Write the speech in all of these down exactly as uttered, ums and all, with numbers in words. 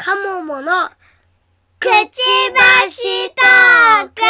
カモモのくちばしトーク。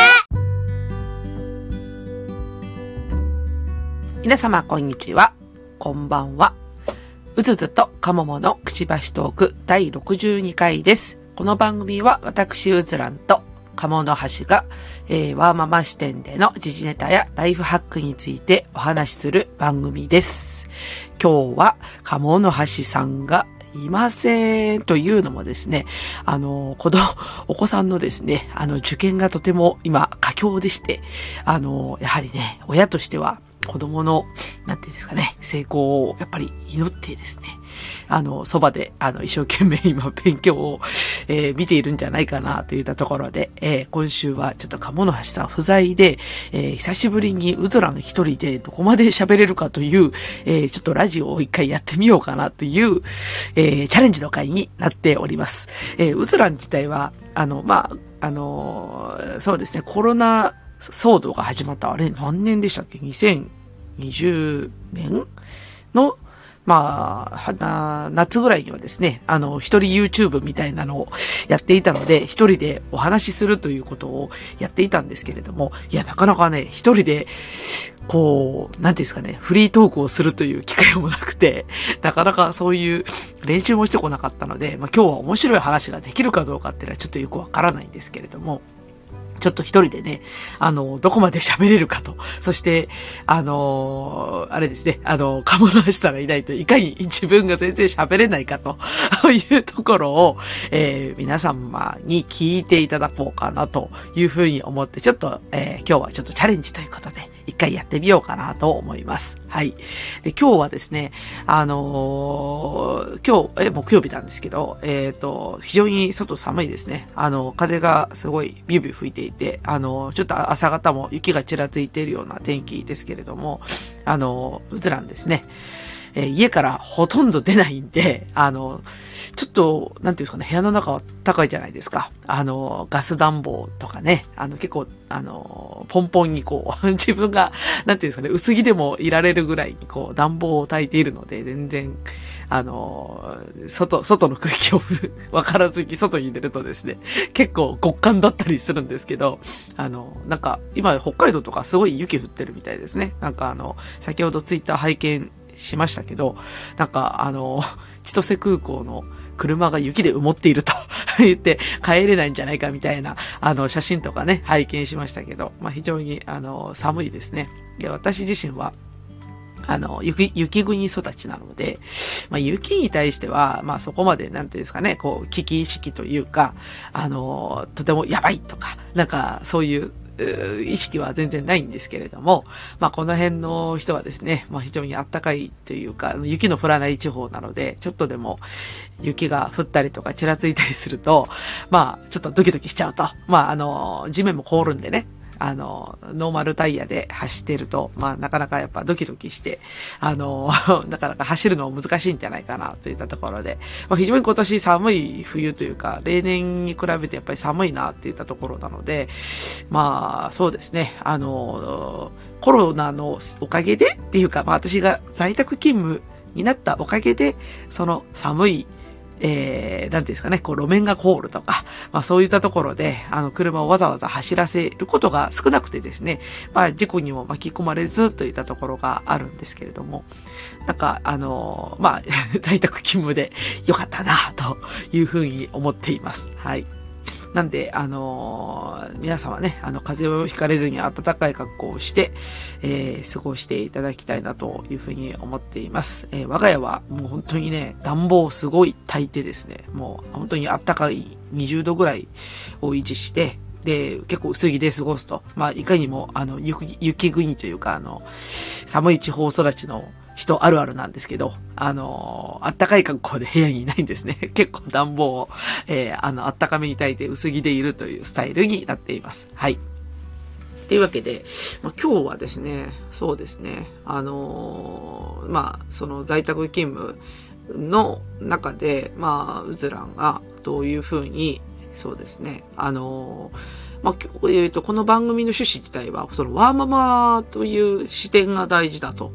皆様こんにちは、こんばんは。うずずとカモモのくちばしトークだいろくじゅうにかいです。この番組は私うずらんとカモノハシが、えー、ワーママ視点での時事ネタやライフハックについてお話しする番組です。今日はカモノハシさんがいませんというのもですね、あの、子供、お子さんのですね、あの、受験がとても今、佳境でして、あの、やはりね、親としては、子供の、なんていうんですかね、成功をやっぱり祈ってですね、あの、そばで、あの、一生懸命今勉強を、えー、見ているんじゃないかなといったところで、えー、今週はちょっと鴨の橋さん不在で、えー、久しぶりにうずらん一人でどこまで喋れるかという、えー、ちょっとラジオを一回やってみようかなという、えー、チャレンジの回になっております。えー、うずらん自体は、あの、まあ、あのー、そうですね、コロナ騒動が始まったあれ何年でしたっけ ?にせんにじゅうねんのまあ、夏ぐらいにはですね、あの、一人 YouTube みたいなのをやっていたので、一人でお話しするということをやっていたんですけれども、いや、なかなかね、一人で、こう、なんていうんですかね、フリートークをするという機会もなくて、なかなかそういう練習もしてこなかったので、まあ今日は面白い話ができるかどうかっていうのはちょっとよくわからないんですけれども、ちょっと一人でね、あの、どこまで喋れるかと。そして、あのー、あれですね、あの、鴨の橋さんがいないといかに自分が全然喋れないかというところを、えー、皆様に聞いていただこうかなというふうに思って、ちょっと、えー、今日はちょっとチャレンジということで、一回やってみようかなと思います。はい。で、今日はですね、あのー、今日、え、木曜日なんですけど、えっと、非常に外寒いですね。あの、風がすごいビュービュー吹いていて、あの、ちょっと朝方も雪がちらついているような天気ですけれども、あの、うずらんですね。えー、家からほとんど出ないんで、あの、ちょっと、なんていうんですかね、部屋の中は高いじゃないですか。あの、ガス暖房とかね、あの、結構、あの、ポンポンにこう、自分が、なんていうんですかね、薄着でもいられるぐらいにこう、暖房を焚いているので、全然、あの、外、外の空気をわからずに外に出るとですね、結構極寒だったりするんですけど、あの、なんか、今、北海道とかすごい雪降ってるみたいですね。なんかあの、先ほどツイッター拝見しましたけど、なんかあの、千歳空港の車が雪で埋もっていると言って帰れないんじゃないかみたいな、あの、写真とかね、拝見しましたけど、まあ非常に、あの、寒いですね。で、私自身は、あの、雪、雪国育ちなので、まあ雪に対しては、まあそこまで、なんていうんですかね、こう、危機意識というか、あの、とてもやばいとか、なんか、そういう、意識は全然ないんですけれども、まあこの辺の人はですね、まあ非常に暖かいというか、雪の降らない地方なので、ちょっとでも雪が降ったりとかちらついたりすると、まあちょっとドキドキしちゃうと。まああの、地面も凍るんでね、あの、ノーマルタイヤで走ってると、まあなかなかやっぱドキドキして、あの、なかなか走るのも難しいんじゃないかなといったところで、まあ非常に今年寒い冬というか、例年に比べてやっぱり寒いなっていったところなので、まあそうですね、あの、コロナのおかげでっていうか、まあ私が在宅勤務になったおかげで、その寒いえー、なんていうんですかね、こう路面が凍るとか、まあそういったところで、あの車をわざわざ走らせることが少なくてですね、まあ事故にも巻き込まれずといったところがあるんですけれども、なんかあのー、まあ在宅勤務でよかったなというふうに思っています。はい。なんで、あのー、皆様ね、あの、風邪をひかれずに暖かい格好をして、えー、過ごしていただきたいなというふうに思っています。えー、我が家はもう本当にね、暖房をすごい焚いてですね、もう本当に暖かいにじゅうどぐらいを維持して、で、結構薄着で過ごすと。まあ、いかにも、あの、雪、雪国というか、あの、寒い地方育ちの人あるあるなんですけど、あのー、あったかい格好で部屋にいないんですね。結構暖房を、えー、あの、あったかめに焚いて薄着でいるというスタイルになっています。はい。というわけで、まあ、今日はですね、そうですね、あのー、まあ、その在宅勤務の中で、まあ、うずらんがどういうふうに、そうですね、あのー、まあ、えっと、この番組の趣旨自体は、そのワーママという視点が大事だと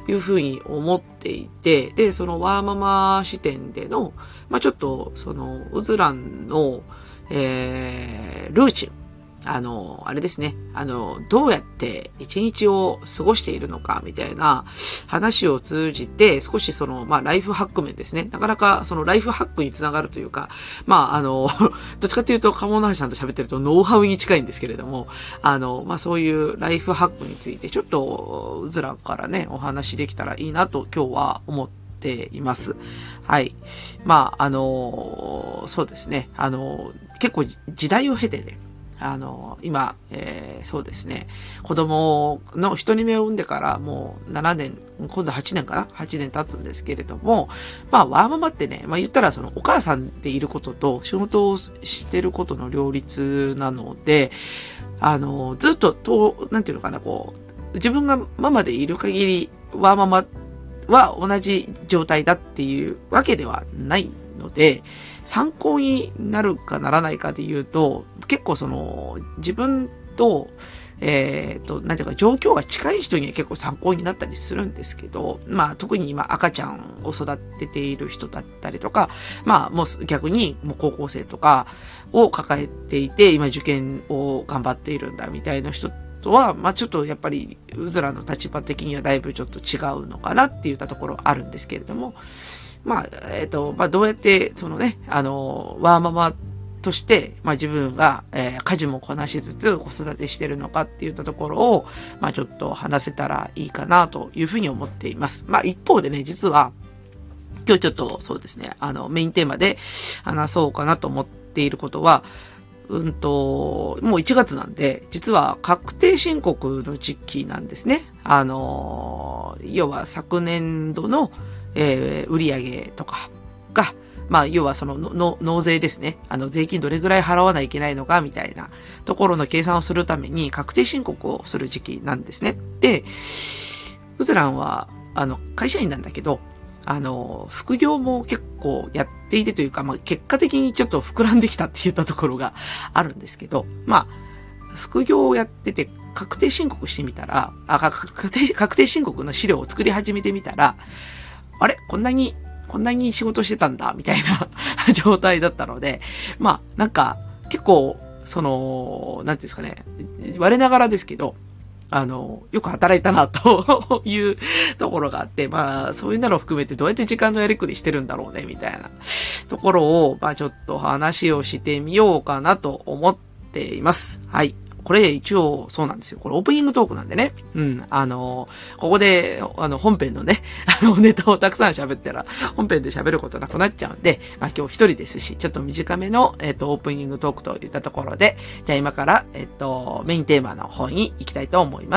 いうふうに思っていて、で、そのワーママ視点での、まあ、ちょっと、その、うずらんの、えー、ルーチン。あの、あれですね。あの、どうやって一日を過ごしているのか、みたいな話を通じて、少しその、まあ、ライフハック面ですね。なかなか、そのライフハックにつながるというか、まあ、あの、どっちかというと、鴨の橋さんと喋ってるとノウハウに近いんですけれども、あの、まあ、そういうライフハックについて、ちょっと、うずらからね、お話できたらいいなと、今日は思っています。はい。まあ、あの、そうですね。あの、結構時代を経てね、あの、今、えー、そうですね。子供の一人目を産んでからもうななねん、今度はちねんかな ?はち 年経つんですけれども、まあ、ワーママってね、まあ言ったらそのお母さんでいることと仕事をしてることの両立なので、あの、ずっと、と、なんていうのかな、こう、自分がママでいる限り、ワーママは同じ状態だっていうわけではないので、参考になるかならないかで言うと、結構その、自分と、えっと、なんていうか、状況が近い人には結構参考になったりするんですけど、まあ、特に今赤ちゃんを育てている人だったりとか、まあ、もう逆にもう高校生とかを抱えていて、今受験を頑張っているんだみたいな人とは、まあちょっとやっぱり、うずらの立場的にはだいぶちょっと違うのかなって言ったところあるんですけれども、まあ、えっと、まあどうやって、そのね、あの、ワーママとして、まあ自分が、えー、家事もこなしつつ子育てしてるのかって言ったところを、まあちょっと話せたらいいかなというふうに思っています。まあ一方でね、実は、今日ちょっとそうですね、あの、メインテーマで話そうかなと思っていることは、うんと、もういちがつなんで、実は確定申告の時期なんですね。あの、要は昨年度の、えー、売上とかが、まあ、要はそのの納税ですね。あの、税金どれぐらい払わないといけないのか、みたいなところの計算をするために確定申告をする時期なんですね。で、うずらんは、あの、会社員なんだけど、あの、副業も結構やっていてというか、まあ、結果的にちょっと膨らんできたって言ったところがあるんですけど、まあ、副業をやってて確定申告してみたら、あ、確定、確定申告の資料を作り始めてみたら、あれこんなに、こんなに仕事してたんだみたいな状態だったので、まあ、なんか、結構、その、なんていうんですかね、我ながらですけど、あの、よく働いたな、というところがあって、まあ、そういうのを含めてどうやって時間のやりくりしてるんだろうね、みたいなところを、まあ、ちょっと話をしてみようかなと思っています。はい。これ一応そうなんですよ。これオープニングトークなんでね。うん。あの、ここで、あの、本編のね、あの、ネタをたくさん喋ったら、本編で喋ることなくなっちゃうんで、まあ今日一人ですし、ちょっと短めの、えっと、オープニングトークといったところで、じゃあ今から、えっと、メインテーマの方に行きたいと思います。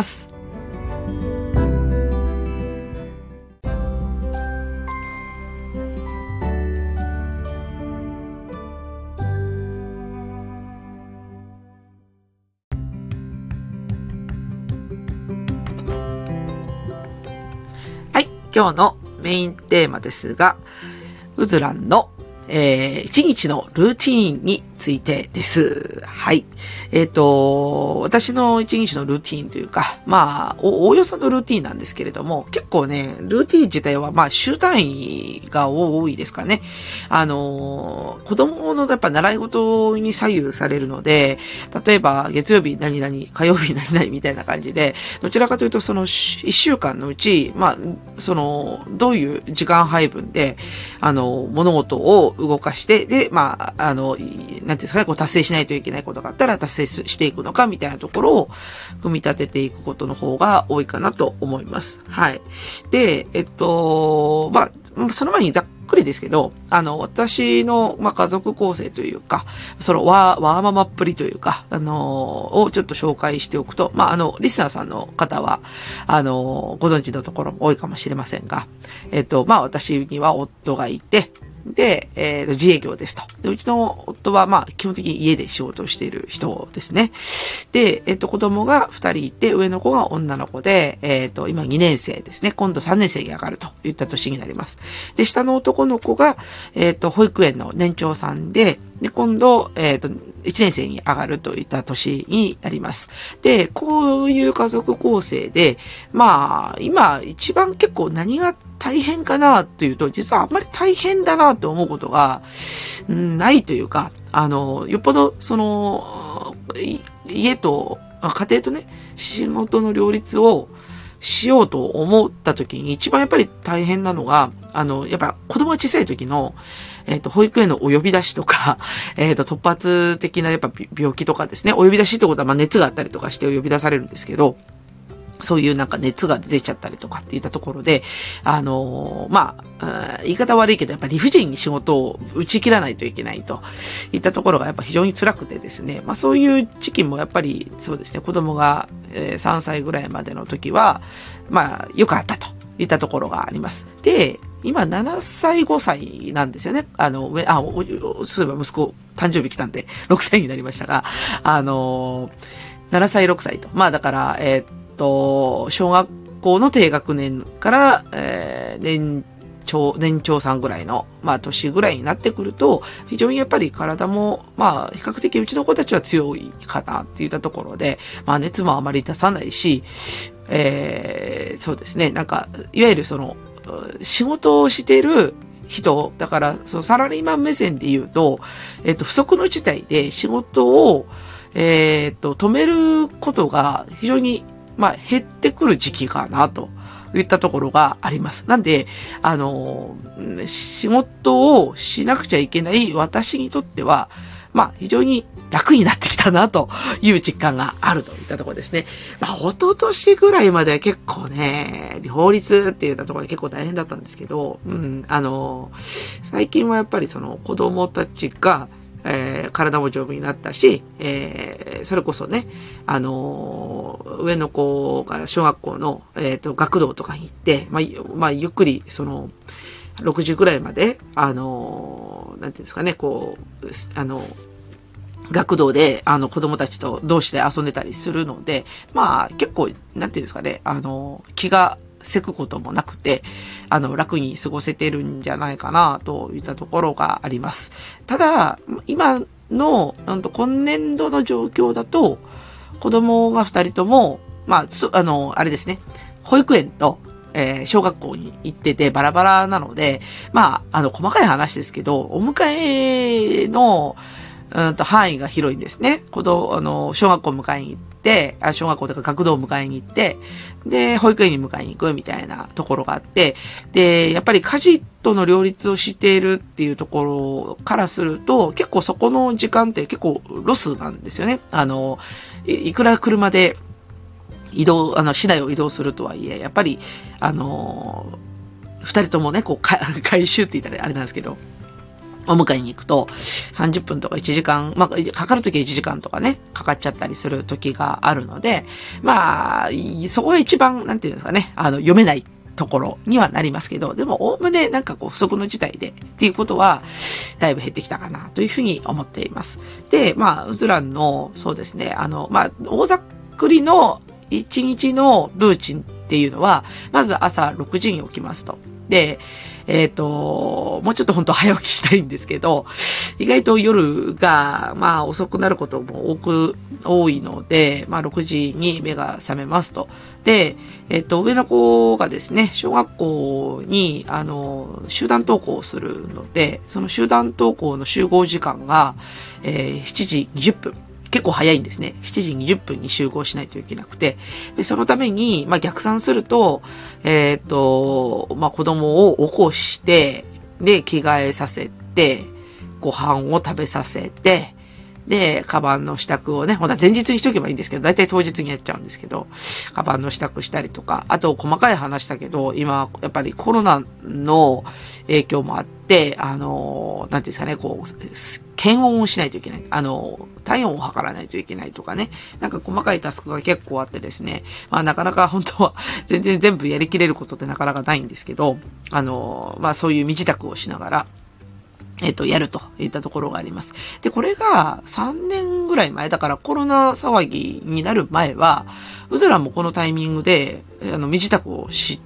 今日のメインテーマですが、うずらんの、えー、一日のルーティーンについてです。はい。えっと、私の一日のルーティーンというか、まあ、お、おおよそのルーティーンなんですけれども、結構ね、ルーティーン自体は、まあ、週単位が多いですかね。あの、子供のやっぱ習い事に左右されるので、例えば、月曜日何々、火曜日何々みたいな感じで、どちらかというと、その、一週間のうち、まあ、その、どういう時間配分で、あの、物事を動かして、で、まあ、あの、なんていうんですかね、こう達成しないといけないことがあったら達成していくのかみたいなところを組み立てていくことの方が多いかなと思います。はい。で、えっと、まあ、その前にざっくりですけど、あの、私の、まあ、家族構成というか、その、ワー、ワーママっぷりというか、あの、をちょっと紹介しておくと、まあ、あの、リスナーさんの方は、あの、ご存知のところも多いかもしれませんが、えっと、まあ、私には夫がいて、で、えー、自営業ですと。で、うちの夫夫はまあ基本的に家で仕事をしている人ですね。で、えっと子供がふたりいて、上の子が女の子で、えっと今にねん生ですね。今度さんねん生に上がるといった年になります。で、下の男の子が、えっと保育園の年長さんで、で、今度、えっと、いちねん生に上がるといった年になります。で、こういう家族構成で、まあ、今一番結構何が大変かなというと、実はあんまり大変だなと思うことが、うん、ないというか、あの、よっぽど、その、家と、家庭とね、仕事の両立をしようと思った時に一番やっぱり大変なのが、あの、やっぱ子供が小さい時の、えっと、保育園のお呼び出しとか、えっと、突発的なやっぱ病気とかですね、お呼び出しってことはまあ熱があったりとかしてお呼び出されるんですけど、そういうなんか熱が出ちゃったりとかっていったところで、あのー、まあ、言い方悪いけど、やっぱり理不尽に仕事を打ち切らないといけないといったところがやっぱ非常に辛くてですね、まあそういう時期もやっぱりそうですね、子供がさんさいぐらいまでの時は、まあよくあったといったところがあります。で、今ななさいごさいなんですよね。あの、上、あ、そういえば息子誕生日来たんでろくさいになりましたが、あのー、ななさいろくさいと。まあだから、えーと、小学校の低学年から、えー、年長、年長さんぐらいの、まあ、年ぐらいになってくると、非常にやっぱり体も、まあ、比較的うちの子たちは強いかなっていったところで、まあ、熱もあまり出さないし、えー、そうですね、なんか、いわゆるその、仕事をしている人、だから、そのサラリーマン目線で言うと、えっと、不測の事態で仕事を、えっと、止めることが非常にまあ、減ってくる時期かな、といったところがあります。なんで、あの、仕事をしなくちゃいけない私にとっては、まあ、非常に楽になってきたな、という実感があるといったところですね。まあ、一昨年ぐらいまでは結構ね、両立っていったところで結構大変だったんですけど、うん、あの、最近はやっぱりその子供たちが、えー、体も丈夫になったし、えー、それこそね、あのー、上の子が小学校の、えっと、学童とかに行って、まあ、まあ、ゆっくり、その、ろくじぐらいまで、あのー、なんていうんですかね、こう、あの、学童で、あの、子供たちと同士で遊んでたりするので、まあ、結構、なんていうんですかね、あの、気が、せくこともなくて、あの、楽に過ごせてるんじゃないかな、といったところがあります。ただ、今の、なんと今年度の状況だと、子供が二人とも、まあ、あの、あれですね、保育園と、えー、小学校に行っててバラバラなので、まあ、あの、細かい話ですけど、お迎えの、うんと、範囲が広いんですね。子供、あの、小学校迎えに行って、あ、小学校とか学童を迎えに行って、で、保育園に迎えに行くみたいなところがあって、で、やっぱり家事との両立をしているっていうところからすると、結構そこの時間って結構ロスなんですよね。あの、い, いくら車で移動、あの、市内を移動するとはいえ、やっぱり、あの、二人ともね、こう、回収って言ったらあれなんですけど、お迎えに行くと、さんじゅっぷんとかいちじかん、まあ、かかるときはいちじかんとかね、かかっちゃったりするときがあるので、まあ、そこが一番、なんていうんですかね、あの、読めないところにはなりますけど、でも、おおむね、なんかこう、不測の事態で、っていうことは、だいぶ減ってきたかな、というふうに思っています。で、まあ、うずらんの、そうですね、あの、まあ、大ざっくりの一日のルーチンっていうのは、まず朝ろくじに起きますと。で、えっと、もうちょっと本当早起きしたいんですけど、意外と夜が、まあ遅くなることも多く、多いので、まあろくじに目が覚めますと。で、えっと、上の子がですね、小学校に、あの、集団登校するので、その集団登校の集合時間が、えー、しちじにじゅっぷん。結構早いんですね。しちじにじゅっぷんに集合しないといけなくて。で、そのために、まあ、逆算すると、えっと、まあ、子供を起こして、で、着替えさせて、ご飯を食べさせて、で、カバンの支度をね、ほんとは前日にしとけばいいんですけど、だいたい当日にやっちゃうんですけど、カバンの支度したりとか、あと細かい話だけど、今、やっぱりコロナの影響もあって、あの、なんていうんですかね、こう、検温をしないといけない。あの、体温を測らないといけないとかね。なんか細かいタスクが結構あってですね。まあなかなか本当は全然全部やりきれることってなかなかないんですけど、あの、まあそういう身支度をしながら、 えっと、やるといったところがあります。で、これがさんねんぐらい前、だからコロナ騒ぎになる前は、うずらもこのタイミングで、あの、身支度をして、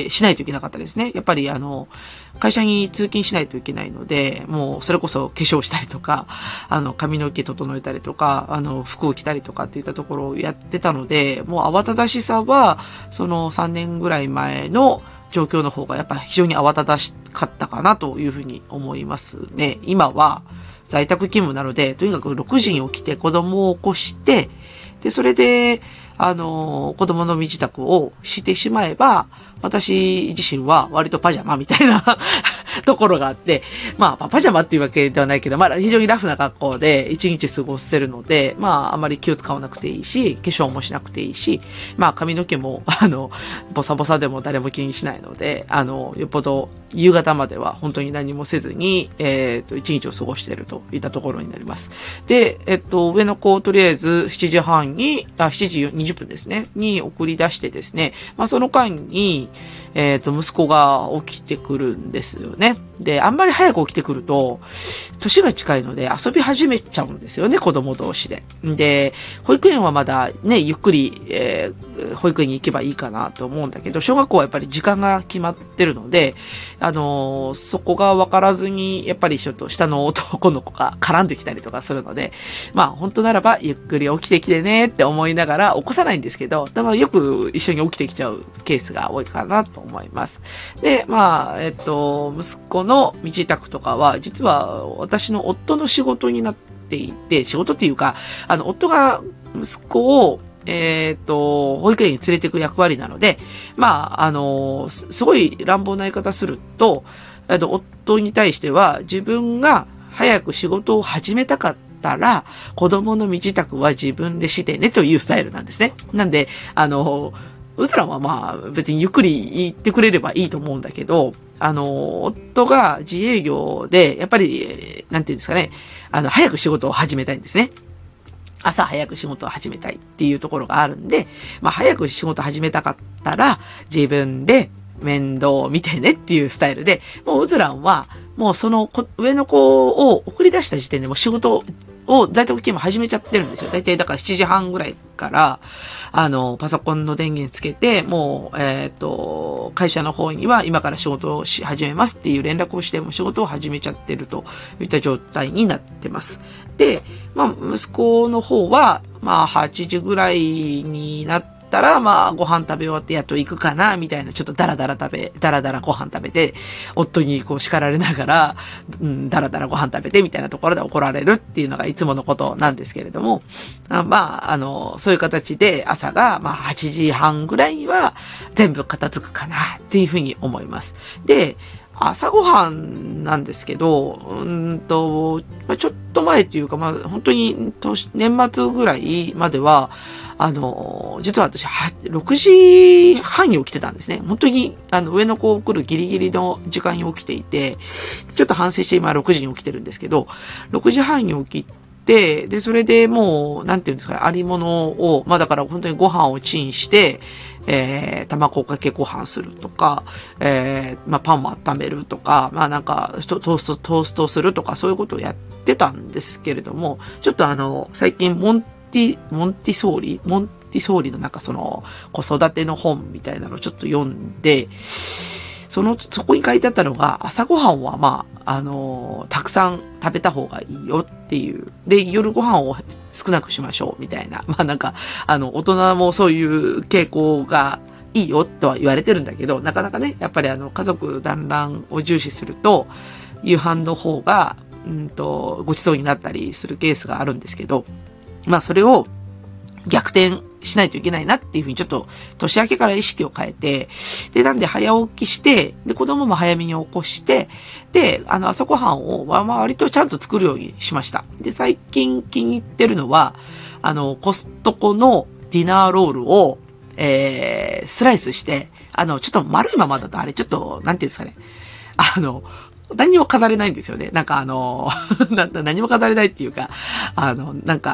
しないといけなかったですね。やっぱりあの、会社に通勤しないといけないので、もうそれこそ化粧したりとか、あの、髪の毛整えたりとか、あの、服を着たりとかっていったところをやってたので、もう慌ただしさは、そのさんねんぐらい前の、状況の方がやっぱ非常に慌ただしかったかなというふうに思いますね。今は在宅勤務なので、とにかくろくじに起きて子供を起こして、で、それで、あの、子供の身支度をしてしまえば、私自身は割とパジャマみたいなところがあって、まあ、パジャマっていうわけではないけど、まだ非常にラフな格好で一日過ごせるので、まあ、あまり気を使わなくていいし、化粧もしなくていいし、まあ、髪の毛も、あの、ボサボサでも誰も気にしないので、あの、よっぽど夕方までは本当に何もせずに、えっと、一日を過ごしているといったところになります。で、えっと、上の子をとりあえずしちじはんに、あ、しちじにじゅっぷんですね、に送り出してですね、まあ、その間に、えっと、息子が起きてくるんですよね。で、あんまり早く起きてくると、年が近いので遊び始めちゃうんですよね、子供同士で。で、保育園はまだね、ゆっくり、えー、保育園に行けばいいかなと思うんだけど、小学校はやっぱり時間が決まってるので、あのー、そこが分からずに、やっぱりちょっと下の男の子が絡んできたりとかするので、まあ本当ならばゆっくり起きてきてねって思いながら起こさないんですけど、だからよく一緒に起きてきちゃうケースが多いかなと思います。で、まあ、えっと、息子の身支度とかは、実は私の夫の仕事になっていて、仕事っていうか、あの、夫が息子を、えっと、保育園に連れて行く役割なので、まあ、あの、す、すごい乱暴な言い方すると、えっと、夫に対しては、自分が早く仕事を始めたかったら、子供の身支度は自分でしてねというスタイルなんですね。なんで、あの、うずらはまあ別にゆっくり言ってくれればいいと思うんだけど、あの、夫が自営業で、やっぱり、なんていうんですかね、あの、早く仕事を始めたいんですね。朝早く仕事を始めたいっていうところがあるんで、まあ早く仕事始めたかったら、自分で面倒を見てねっていうスタイルで、もううずらんは、もうその上の子を送り出した時点でもう仕事をを在宅勤務始めちゃってるんですよ。だいたいだからしちじはんぐらいから、あの、パソコンの電源つけて、もう、えっと、会社の方には今から仕事をし始めますっていう連絡をして、もう仕事を始めちゃってるといった状態になってます。で、まあ、息子の方は、まあ、はちじぐらいになって、たら、まあ、ご飯食べ終わってやっと行くかな、みたいな、ちょっとダラダラ食べ、ダラダラご飯食べて、夫にこう叱られながら、うん、ダラダラご飯食べて、みたいなところで怒られるっていうのがいつものことなんですけれども、あまあ、あの、そういう形で朝が、まあ、はちじはんぐらいには全部片付くかな、っていうふうに思います。で、朝ごはんなんですけど、うんと、ちょっと前っていうか、まあ、本当に年末ぐらいまでは、あの、実は私、ろくじはんに起きてたんですね。本当に、あの、上の子を送るギリギリの時間に起きていて、ちょっと反省して今ろくじに起きてるんですけど、ろくじはんに起きて、で、それでもう、なんていうんですか、ありものを、まあだから本当にご飯をチンして、えー、卵かけご飯するとか、えー、まあパンも温めるとか、まあなんかトースト、トーストするとか、そういうことをやってたんですけれども、ちょっとあの、最近モンティ、モンティソーリモンティソーリのなんかその、子育ての本みたいなのをちょっと読んで、その、そこに書いてあったのが、朝ごはんはまあ、あのー、たくさん食べた方がいいよっていう。で、夜ご飯を少なくしましょうみたいな。まあなんか、あの、大人もそういう傾向がいいよとは言われてるんだけど、なかなかね、やっぱりあの、家族団らんを重視すると、夕飯の方が、うんと、ごちそうになったりするケースがあるんですけど、まあそれを逆転しないといけないなっていうふうにちょっと年明けから意識を変えて、で、なんで早起きして、で、子供も早めに起こして、で、あの、朝ごはんを、まあ、割とちゃんと作るようにしました。で、最近気に入ってるのは、あの、コストコのディナーロールを、えー、スライスして、あの、ちょっと丸いままだとあれ、ちょっと、なんていうんですかね。あの、何にも飾れないんですよね。なんかあの、何も飾れないっていうか、あの、なんか、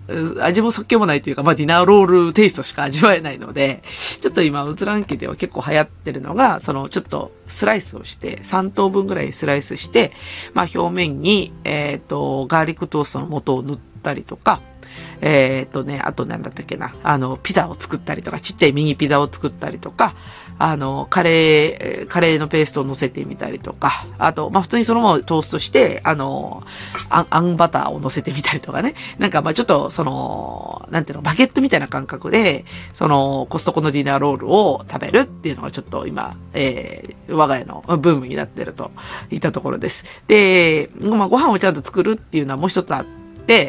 味もそっけもないというか、まあディナーロールテイストしか味わえないので、ちょっと今、うつらん家では結構流行ってるのが、そのちょっとスライスをして、さん等分ぐらいスライスして、まあ表面に、えっと、ガーリックトーストの素を塗ったりとか、えっとね、あとなんだったっけな、あの、ピザを作ったりとか、ちっちゃいミニピザを作ったりとか、あの、カレー、カレーのペーストを乗せてみたりとか、あと、まあ、普通にそのままトーストして、あの、あん、あんバターを乗せてみたりとかね。なんか、ま、ちょっと、その、なんていうの、バゲットみたいな感覚で、その、コストコのディナーロールを食べるっていうのがちょっと今、えー、我が家のブームになってるといったところです。で、まあ、ご飯をちゃんと作るっていうのはもう一つあって、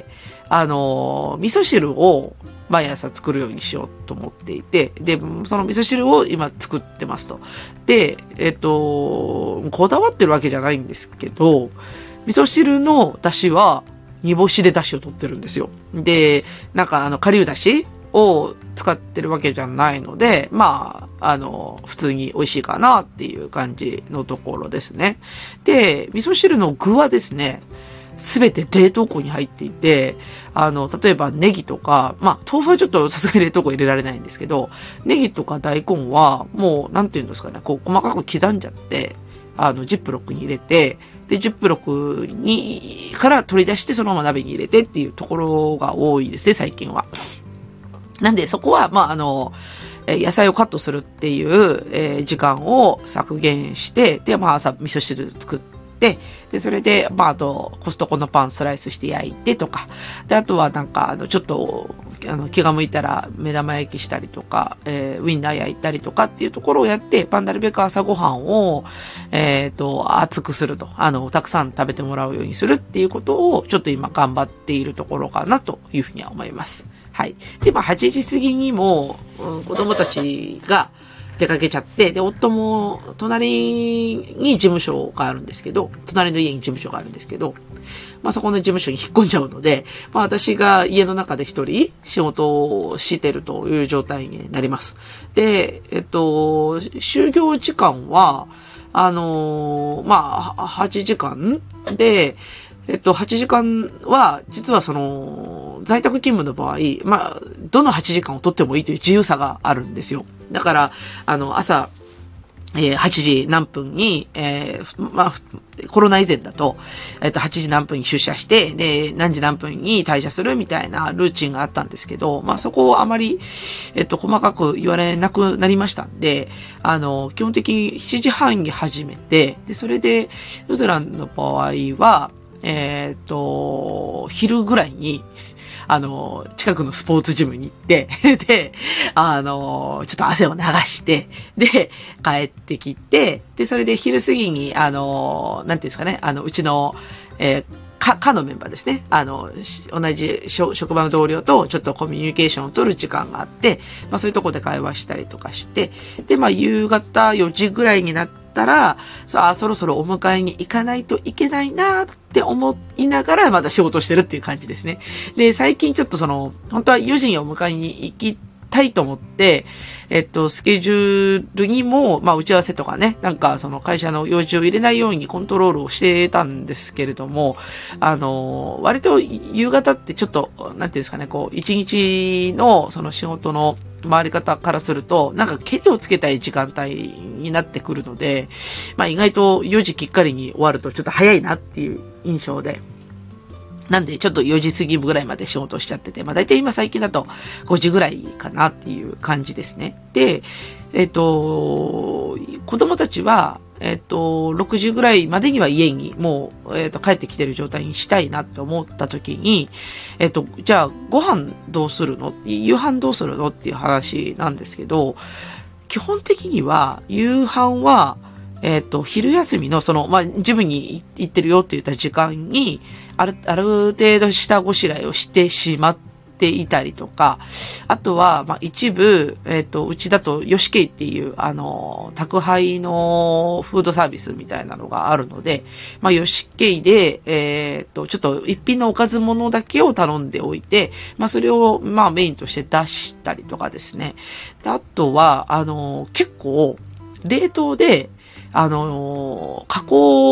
あの、味噌汁を毎朝作るようにしようと思っていて、で、その味噌汁を今作ってますと。で、えっと、こだわってるわけじゃないんですけど、味噌汁の出汁は煮干しで出汁を取ってるんですよ。で、なんかあの、顆粒出汁を使ってるわけじゃないので、まあ、あの、普通に美味しいかなっていう感じのところですね。で、味噌汁の具はですね、すべて冷凍庫に入っていて、あの、例えばネギとか、まあ、豆腐はちょっとさすがに冷凍庫入れられないんですけど、ネギとか大根は、もう、なんていうんですかね、こう、細かく刻んじゃって、あの、ジップロックに入れて、で、ジップロックに、から取り出してそのまま鍋に入れてっていうところが多いですね、最近は。なんで、そこは、まあ、あの、野菜をカットするっていう、えー、時間を削減して、で、まあ、朝味噌汁作って、で、で、それで、まあ、あと、コストコのパンスライスして焼いてとか、で、あとはなんか、あの、ちょっと、あの、気が向いたら目玉焼きしたりとか、えー、ウィンナー焼いたりとかっていうところをやって、パンなるべく朝ごはんを、えっと、熱くすると、あの、たくさん食べてもらうようにするっていうことを、ちょっと今頑張っているところかなというふうには思います。はい。で、まあ、はちじ過ぎにも、うん、子供たちが、出かけちゃって、で、夫も、隣に事務所があるんですけど、隣の家に事務所があるんですけど、まあそこの事務所に引っ込んじゃうので、まあ私が家の中で一人仕事をしてるという状態になります。で、えっと、就業時間は、あの、まあ、はちじかんで、えっと、はちじかんは、実はその、在宅勤務の場合、まあ、どのはちじかんを取ってもいいという自由さがあるんですよ。だから、あの、朝、えー、はちじ何分に、えー、まあ、コロナ以前だと、えっと、はちじ何分に出社して、で、何時何分に退社するみたいなルーチンがあったんですけど、まあ、そこをあまり、えっと、細かく言われなくなりましたんで、あの、基本的にしちじはんに始めて、で、それで、ウズランの場合は、えっと、昼ぐらいに、あの、近くのスポーツジムに行って、で、あの、ちょっと汗を流して、で、帰ってきて、で、それで昼過ぎに、あの、なんていうんですかね、あの、うちの、えーか、かのメンバーですね。あの、同じ職場の同僚とちょっとコミュニケーションを取る時間があって、まあそういうところで会話したりとかして、で、まあ夕方よじぐらいになったら、さあ、そろそろお迎えに行かないといけないなって思いながらまだ仕事してるっていう感じですね。で、最近ちょっとその、本当はよじにお迎えに行きたいと思って、えっと、スケジュールにも、まあ、打ち合わせとかね、なんか、その会社の用事を入れないようにコントロールをしてたんですけれども、あの、割と夕方ってちょっと、なんていうんですかね、こう、一日の、その仕事の回り方からすると、なんか、ケリをつけたい時間帯になってくるので、まあ、意外とよじきっかりに終わるとちょっと早いなっていう印象で、なんで、ちょっとよじ過ぎぐらいまで仕事をしちゃってて、まあ大体今最近だとごじぐらいかなっていう感じですね。で、えっと、子供たちは、えっと、ろくじぐらいまでには家にもう、えっと、帰ってきてる状態にしたいなって思った時に、えっと、じゃあ、ご飯どうするの？夕飯どうするのっていう話なんですけど、基本的には、夕飯は、えっと、昼休みの、その、まあ、ジムに行ってるよって言った時間に、ある、ある程度下ごしらえをしてしまっていたりとか、あとは、まあ、一部、えっと、うちだと、ヨシケイっていう、あの、宅配のフードサービスみたいなのがあるので、まあ、ヨシケイで、えっと、ちょっと一品のおかずものだけを頼んでおいて、まあ、それを、まあ、メインとして出したりとかですね。であとは、あの、結構、冷凍で、あのー、加工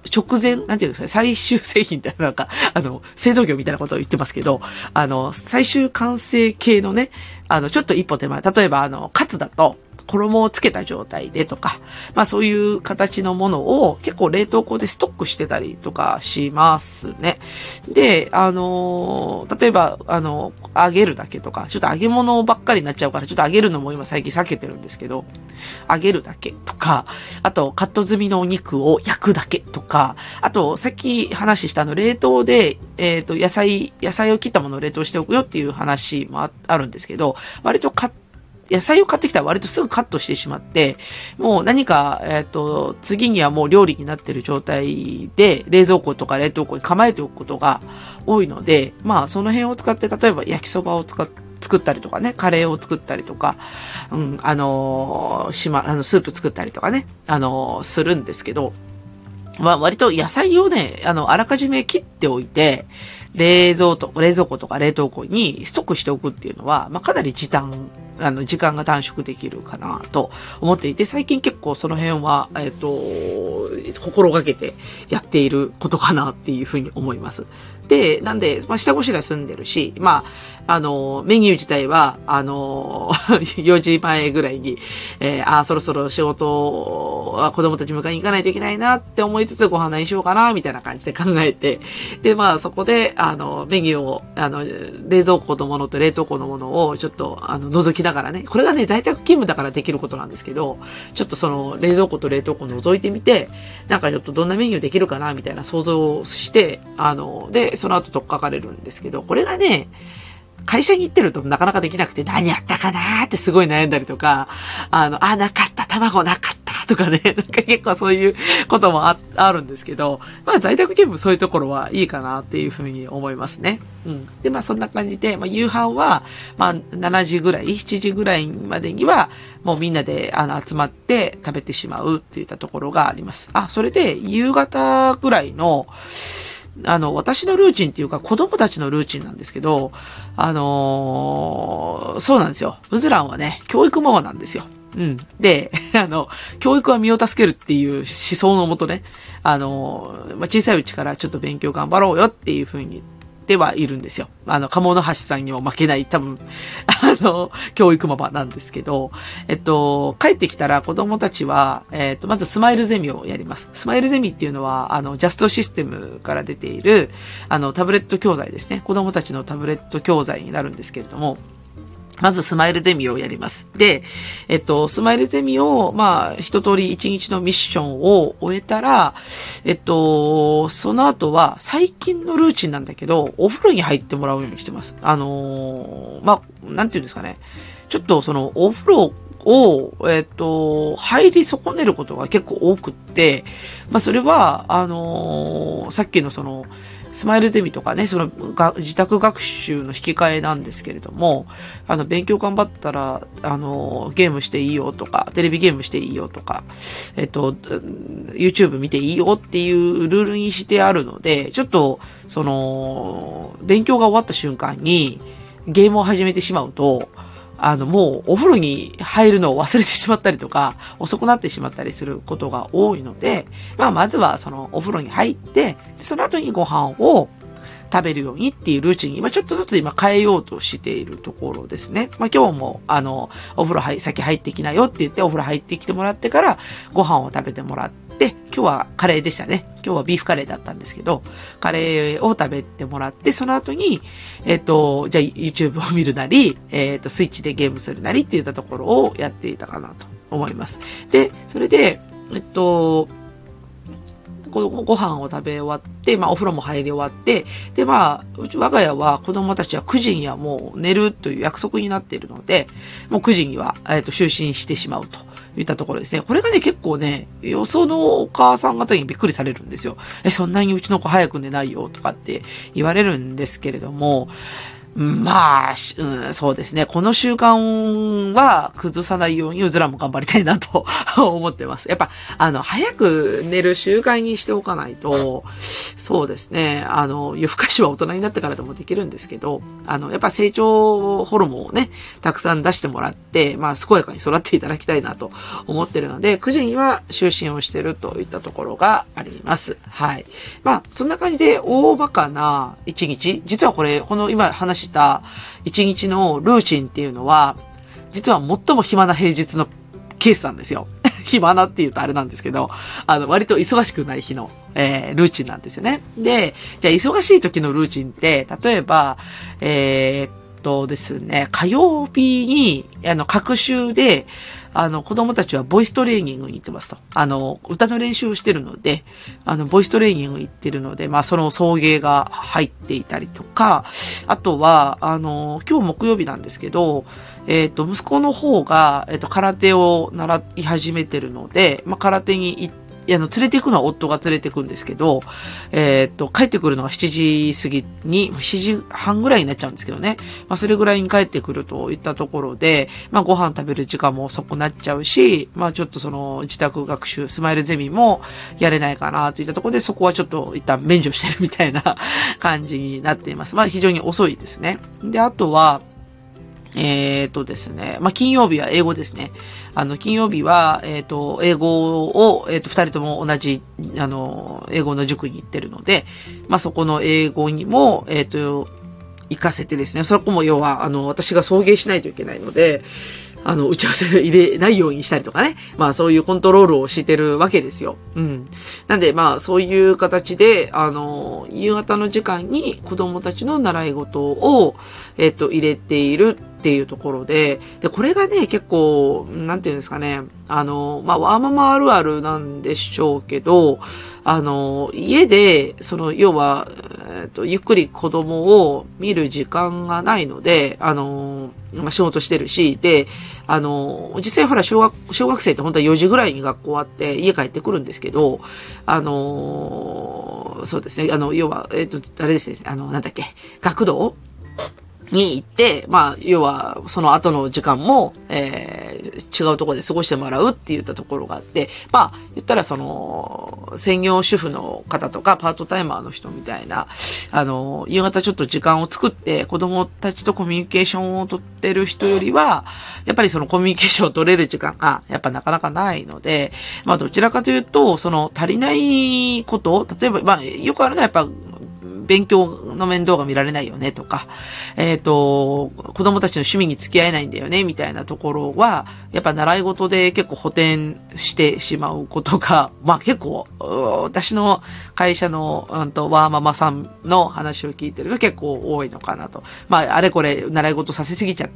直前、なんていうんですかね、最終製品ってなんか、あの、製造業みたいなことを言ってますけど、あの、最終完成形のね、あの、ちょっと一歩手前、例えばあの、カツだと、衣をつけた状態でとか、まあそういう形のものを結構冷凍庫でストックしてたりとかしますね。で、あのー、例えば、あの、揚げるだけとか、ちょっと揚げ物ばっかりになっちゃうから、ちょっと揚げるのも今最近避けてるんですけど、揚げるだけとか、あとカット済みのお肉を焼くだけとか、あとさっき話したあの冷凍で、えっと、野菜、野菜を切ったものを冷凍しておくよっていう話も あ, あるんですけど、割とカッ野菜を買ってきたら割とすぐカットしてしまって、もう何か、えっと、次にはもう料理になっている状態で、冷蔵庫とか冷凍庫に構えておくことが多いので、まあその辺を使って、例えば焼きそばを使って、作ったりとかね、カレーを作ったりとか、うん、あのー、しま、あの、スープ作ったりとかね、あのー、するんですけど、まあ割と野菜をね、あの、あらかじめ切っておいて、冷蔵と、冷蔵庫とか冷凍庫にストックしておくっていうのは、まあかなり時短、あの、時間が短縮できるかなと思っていて、最近結構その辺は、えっと、心がけてやっていることかなっていうふうに思います。で、なんで、まあ、下ごしらえ済んでるし、まあ、あの、メニュー自体は、あの、よじまえぐらいに、えー、あ、そろそろ仕事は子供たち迎えに行かないといけないなって思いつつ、ご飯何しようかな、みたいな感じで考えて、で、まあ、そこで、あの、メニューを、あの、冷蔵庫のものと冷凍庫のものを、ちょっと、あの、覗きながらね、これがね、在宅勤務だからできることなんですけど、ちょっとその、冷蔵庫と冷凍庫を覗いてみて、なんかちょっとどんなメニューできるかな、みたいな想像をして、あの、で、その後とっかかれるんですけど、これがね、会社に行ってるとなかなかできなくて何やったかなーってすごい悩んだりとか、あの、あ、なかった、卵なかったとかね、なんか結構そういうことも あ, あるんですけど、まあ在宅勤務そういうところはいいかなっていうふうに思いますね。うん。で、まあそんな感じで、まあ夕飯は、まあしちじぐらい、しちじぐらいまでには、もうみんなであの集まって食べてしまうっていったところがあります。あ、それで夕方ぐらいの、あの、私のルーチンっていうか子供たちのルーチンなんですけど、あのー、そうなんですよ。ウズランはね、教育ママなんですよ。うん。で、あの、教育は身を助けるっていう思想のもとね、あのー、まあ、小さいうちからちょっと勉強頑張ろうよっていうふうにではいるんですよ。あの、鴨の橋さんにも負けない、多分、あの、教育ママなんですけど、えっと、帰ってきたら子供たちは、えっと、まずスマイルゼミをやります。スマイルゼミっていうのは、あの、ジャストシステムから出ている、あの、タブレット教材ですね。子供たちのタブレット教材になるんですけれども、まずスマイルゼミをやります。で、えっと、スマイルゼミを、まあ、一通り一日のミッションを終えたら、えっと、その後は、最近のルーチンなんだけど、お風呂に入ってもらうようにしてます。あのー、まあ、なんていうんですかね。ちょっとその、お風呂を、えっと、入り損ねることが結構多くって、まあ、それは、あのー、さっきのその、スマイルゼミとかね、そのが自宅学習の引き換えなんですけれども、あの、勉強頑張ったら、あの、ゲームしていいよとか、テレビゲームしていいよとか、えっと、YouTube 見ていいよっていうルールにしてあるので、ちょっと、その、勉強が終わった瞬間にゲームを始めてしまうと、あの、もうお風呂に入るのを忘れてしまったりとか、遅くなってしまったりすることが多いので、まあ、まずはそのお風呂に入って、その後にご飯を食べるようにっていうルーチンに今ちょっとずつ今変えようとしているところですね。まあ今日もあの、お風呂入、先入ってきなよって言ってお風呂入ってきてもらってからご飯を食べてもらって、今日はカレーでしたね。今日はビーフカレーだったんですけど、カレーを食べてもらって、その後に、えっと、じゃあ YouTube を見るなり、えっと、スイッチでゲームするなりっていったところをやっていたかなと思います。で、それで、えっと、ご, ご飯を食べ終わって、まあお風呂も入り終わって、でまあ、我が家は子供たちはくじにはもう寝るという約束になっているので、もうくじには、えっと、就寝してしまうといったところですね。これがね、結構ね、よそのお母さん方にびっくりされるんですよ。え、そんなにうちの子早く寝ないよとかって言われるんですけれども、 まあ、うん、そうですね。この習慣は崩さないようにうずらも頑張りたいなと思ってます。やっぱ、あの、早く寝る習慣にしておかないと、そうですね。あの、夜更かしは大人になってからでもできるんですけど、あの、やっぱ成長ホルモンをね、たくさん出してもらって、まあ、健やかに育っていただきたいなと思ってるので、くじには就寝をしてるといったところがあります。はい。まあ、そんな感じで大まかな一日、実はこれ、この今話した一日のルーチンっていうのは、実は最も暇な平日のケースなんですよ。暇なって言うとあれなんですけど、あの、割と忙しくない日の、えー、ルーチンなんですよね。で、じゃあ忙しい時のルーチンって、例えば、えー、っとですね、火曜日に、あの、各週で、あの、子供たちはボイストレーニングに行ってますと。あの、歌の練習をしてるので、あの、ボイストレーニング行ってるので、まあ、その送迎が入っていたりとか、あとは、あの、今日木曜日なんですけど、えっと、息子の方が、えっと、空手を習い始めてるので、まあ、空手に行って、あの、連れて行くのは夫が連れて行くんですけど、えっと、帰ってくるのがしちじ過ぎに、しちじはんぐらいになっちゃうんですけどね。まあ、それぐらいに帰ってくるといったところで、まあ、ご飯食べる時間も遅くなっちゃうし、まあ、ちょっとその、自宅学習、スマイルゼミもやれないかなといったところで、そこはちょっと一旦免除してるみたいな感じになっています。まあ、非常に遅いですね。で、あとは、えっとですね。まあ、金曜日は英語ですね。あの、金曜日は、えっと、英語を、えっと、二人とも同じ、あの、英語の塾に行ってるので、まあ、そこの英語にも、えっと、行かせてですね。そこも要は、あの、私が送迎しないといけないので、あの、打ち合わせ入れないようにしたりとかね。まあそういうコントロールをしてるわけですよ。うん。なんでまあそういう形で、あの、夕方の時間に子供たちの習い事を、えっと、入れているっていうところで、で、これがね、結構、なんていうんですかね。あの、まあワーママあるあるなんでしょうけど、あの、家で、その、要は、えっと、ゆっくり子供を見る時間がないので、あの、まあ、仕事してるし、で、あの、実際ほら、小学、小学生って本当はよじぐらいに学校あって、家帰ってくるんですけど、あの、そうですね、あの、要は、えっと、あれですね、あの、なんだっけ、学童に行って、まあ、要は、その後の時間も、えー、違うところで過ごしてもらうって言ったところがあって、まあ、言ったらその、専業主婦の方とか、パートタイマーの人みたいな、あの、夕方ちょっと時間を作って、子供たちとコミュニケーションを取ってる人よりは、やっぱりそのコミュニケーションを取れる時間が、やっぱなかなかないので、まあ、どちらかというと、その、足りないこと、例えば、まあ、よくあるのはやっぱ、勉強の面倒が見られないよねとか、えっと、子供たちの趣味に付き合えないんだよねみたいなところは、やっぱ習い事で結構補填してしまうことが、まあ結構、私の会社の、うんと、ワーママさんの話を聞いてると結構多いのかなと。まあ、あれこれ習い事させすぎちゃって、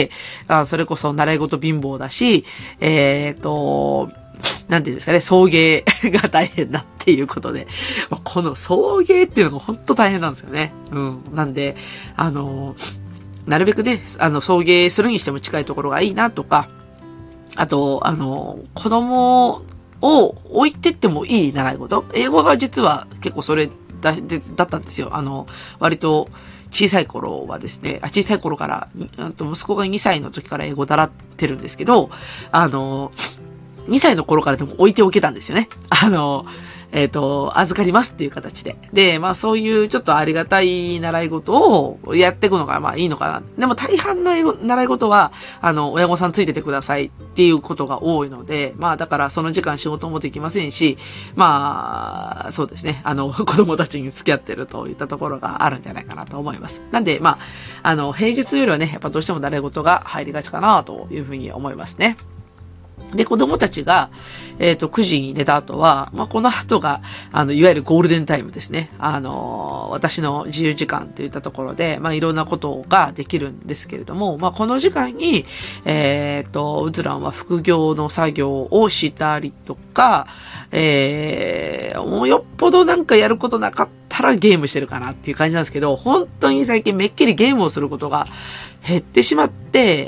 あそれこそ習い事貧乏だし、えっと、なんていうんですかね、送迎が大変だっていうことで、この送迎っていうのが本当大変なんですよね。うん。なんで、あの、なるべくね、あの、送迎するにしても近いところがいいなとか、あと、あの、子供を置いてってもいい習い事。英語が実は結構それだ、で、だったんですよ。あの、割と、小さい頃はですね、あ小さい頃から、息子がにさいの時から英語習ってるんですけど、あの、にさいの頃からでも置いておけたんですよね。あの、えっと、預かりますっていう形で。で、まあそういうちょっとありがたい習い事をやっていくのがまあいいのかな。でも大半の英語習い事は、あの、親御さんついててくださいっていうことが多いので、まあだからその時間仕事もできませんし、まあ、そうですね。あの、子供たちに付き合ってるといったところがあるんじゃないかなと思います。なんで、まあ、あの、平日よりはね、やっぱどうしても習い事が入りがちかなというふうに思いますね。で、子供たちが、えっと、くじに寝た後は、まあ、この後が、あの、いわゆるゴールデンタイムですね。あの、私の自由時間といったところで、まあ、いろんなことができるんですけれども、まあ、この時間に、えっと、うずらんは副業の作業をしたりとか、えー、もうよっぽどなんかやることなかったらゲームしてるかなっていう感じなんですけど、本当に最近めっきりゲームをすることが減ってしまって、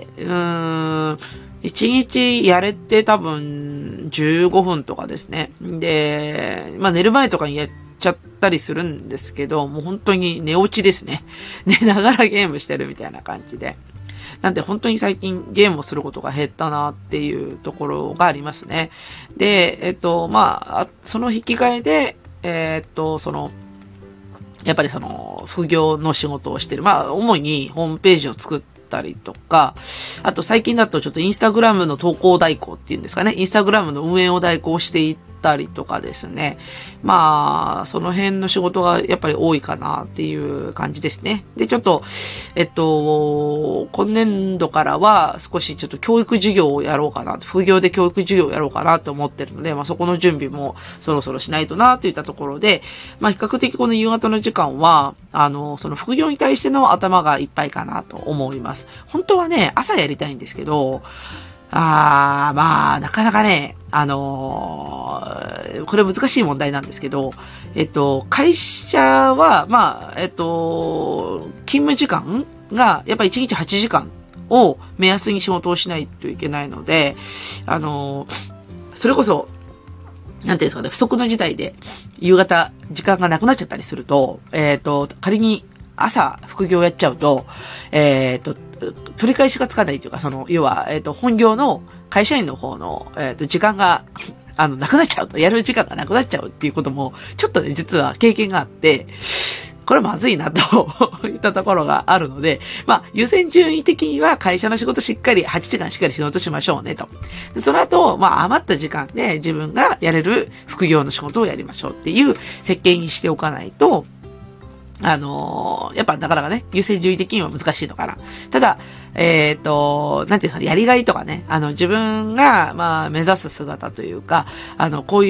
うーん、一日やれて多分じゅうごふんとかですね。で、まあ寝る前とかにやっちゃったりするんですけど、もう本当に寝落ちですね。寝ながらゲームしてるみたいな感じで。なんで本当に最近ゲームをすることが減ったなっていうところがありますね。で、えっと、まあ、その引き換えで、えっと、その、やっぱりその、副業の仕事をしてる。まあ、主にホームページを作ったりとか、あと最近だとちょっとインスタグラムの投稿代行っていうんですかね。インスタグラムの運営を代行していたりとかですね。まあ、その辺の仕事がやっぱり多いかなっていう感じですね。で、ちょっと、えっと、今年度からは少しちょっと教育事業をやろうかな、副業で教育事業をやろうかなと思ってるので、まあそこの準備もそろそろしないとなといったところで、まあ比較的この夕方の時間は、あの、その副業に対しての頭がいっぱいかなと思います。本当はね、朝やりたいんですけど、あー、まあ、なかなかね、あのー、これ難しい問題なんですけど、えっと、会社は、まあ、えっと、勤務時間が、やっぱりいちにちはちじかんを目安に仕事をしないといけないので、あのー、それこそ、なんていうんですかね、不測の事態で、夕方、時間がなくなっちゃったりすると、えっと、仮に朝、副業やっちゃうと、えっと、取り返しがつかないというか、その、要は、えっと、本業の会社員の方の、えっと、時間が、あの、なくなっちゃうと、やる時間がなくなっちゃうっていうことも、ちょっとね、実は経験があって、これまずいなといったところがあるので、まあ、優先順位的には会社の仕事しっかり、はちじかんしっかり仕事しましょうねと。でその後、まあ、余った時間で自分がやれる副業の仕事をやりましょうっていう設計にしておかないと、あのー、やっぱなかなかね、優先順位的には難しいのかな。ただ、えっと、なんていうか、やりがいとかね、あの、自分が、まあ、目指す姿というか、あの、こういう、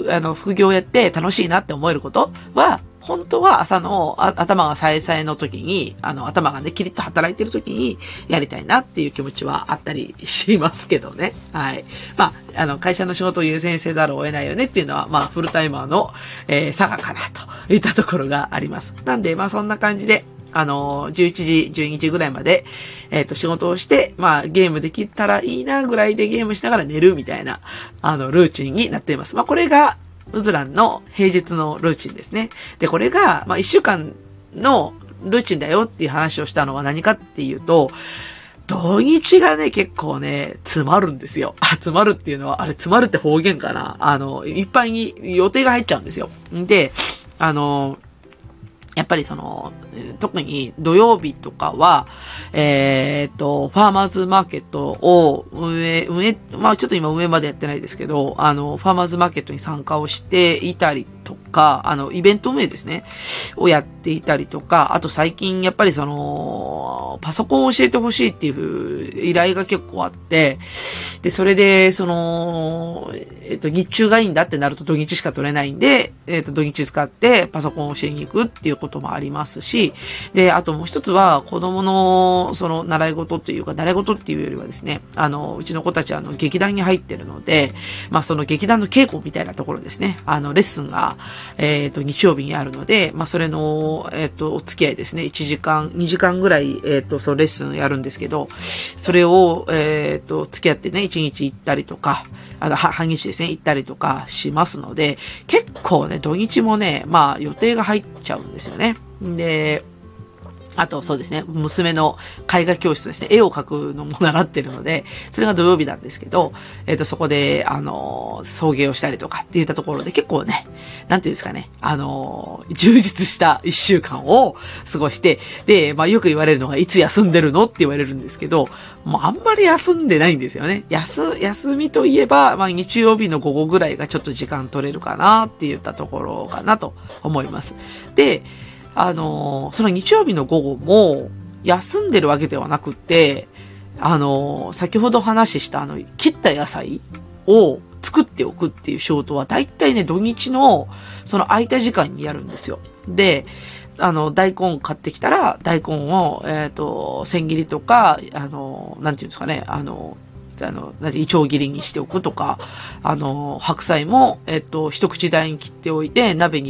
あの、副業をやって楽しいなって思えることは、本当は朝のあ頭がさえさえの時に、あの、頭がね、キリッと働いてる時にやりたいなっていう気持ちはあったりしますけどね。はい。まあ、あの、会社の仕事を優先せざるを得ないよねっていうのは、まあ、フルタイマーの、えー、差がかなといったところがあります。なんで、まあ、そんな感じで、あの、じゅういちじ、じゅうにじぐらいまで、えっと、仕事をして、まあ、ゲームできたらいいなぐらいでゲームしながら寝るみたいな、あの、ルーチンになっています。まあ、これが、うずらんの平日のルーチンですね。で、これが、まあ、一週間のルーチンだよっていう話をしたのは何かっていうと、土日がね、結構ね、詰まるんですよ。あ、詰まるっていうのは、あれ、詰まるって方言かな。あの、いっぱいに予定が入っちゃうんですよ。で、あの、やっぱりその、特に土曜日とかは、えっと、ファーマーズマーケットを運営、運営、まあちょっと今運営までやってないですけど、あの、ファーマーズマーケットに参加をしていたりとか、あの、イベント運営ですね、をやっていたりとか、あと最近やっぱりその、パソコンを教えてほしいっていう依頼が結構あって、で、それで、その、えっと、日中がいいんだってなると土日しか取れないんで、えっと、土日使ってパソコンを教えに行くっていうこともありますし、で、あともう一つは、子供の、その、習い事っていうか、習い事っていうよりはですね、あの、うちの子たちは、あの、劇団に入ってるので、まあ、その劇団の稽古みたいなところですね、あの、レッスンが、えっと、日曜日にあるので、まあ、それの、えっと、お付き合いですね、いちじかん、にじかんぐらい、えっと、そのレッスンやるんですけど、それを、えっと、付き合ってね、いちにち行ったりとか、あの、半日ですね、行ったりとかしますので、結構ね、土日もね、まあ、予定が入っちゃうんですよね。で、あと、そうですね、娘の絵画教室ですね、絵を描くのも習ってるので、それが土曜日なんですけど、えっと、そこで、あの、送迎をしたりとかっていったところで結構ね、なんていうんですかね、あの、充実した一週間を過ごして、で、まあ、よく言われるのが、いつ休んでるのって言われるんですけど、もうあんまり休んでないんですよね。休、休みといえば、まあ、日曜日の午後ぐらいがちょっと時間取れるかなって言ったところかなと思います。で、あの、その日曜日の午後も休んでるわけではなくて、あの、先ほど話したあの、切った野菜を作っておくっていう仕事はだいたいね、土日のその空いた時間にやるんですよ。で、あの、大根買ってきたら、大根を、えっと、千切りとか、あの、なんていうんですかね、あの、あの、なんて、いちょう切りにしておくとか、あの、白菜も、えっと、一口大に切っておいて、鍋に